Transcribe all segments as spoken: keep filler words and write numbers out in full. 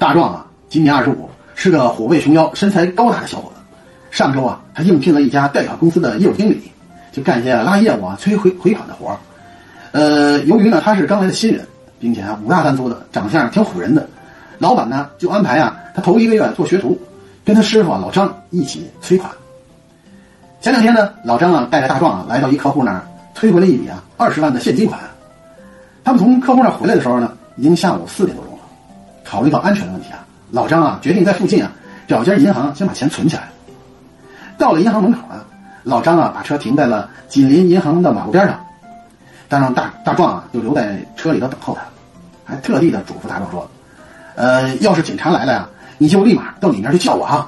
大壮啊，今年二十五，是个虎背熊腰、身材高大的小伙子。上周啊，他应聘了一家贷款公司的业务经理，就干些拉业务啊、催回回款的活儿。呃，由于呢他是刚来的新人，并且啊五大三粗的，长相挺唬人的，老板呢就安排啊他头一个月做学徒，跟他师傅啊老张一起催款。前两天呢，老张啊带着大壮啊来到一客户那儿，催回了一笔啊二十万的现金款。他们从客户那儿回来的时候呢，已经下午四点多钟了。考虑到安全的问题啊，老张啊决定在附近啊找间银行先把钱存起来。到了银行门口呢，老张啊把车停在了紧邻银行的马路边上，但让大大壮啊就留在车里头等候他，还特地的嘱咐大壮说：“呃，要是警察来了呀，你就立马到里面去叫我啊。”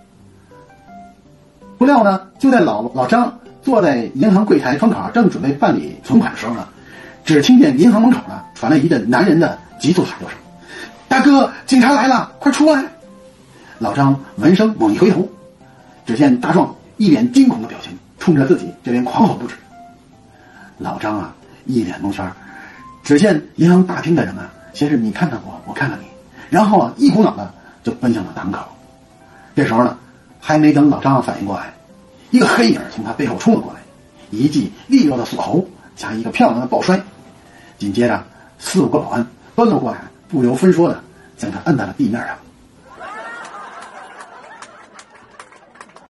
不料呢，就在老老张坐在银行柜台窗口正准备办理存款的时候呢，只听见银行门口呢传来一阵男人的急促喊叫声：“大哥，警察来了，快出来！”老张闻声猛一回头，只见大壮一脸惊恐的表情，冲着自己这边狂吼不止。老张啊一脸蒙圈，只见银行大厅的人啊先是你看看我，我看看你，然后啊一股脑的就奔向了大门口。这时候呢，还没等老张反应过来，一个黑影从他背后冲了过来，一记利落的锁喉加一个漂亮的抱摔，紧接着四五个保安奔了过来，不由分说的将他摁在了地面上。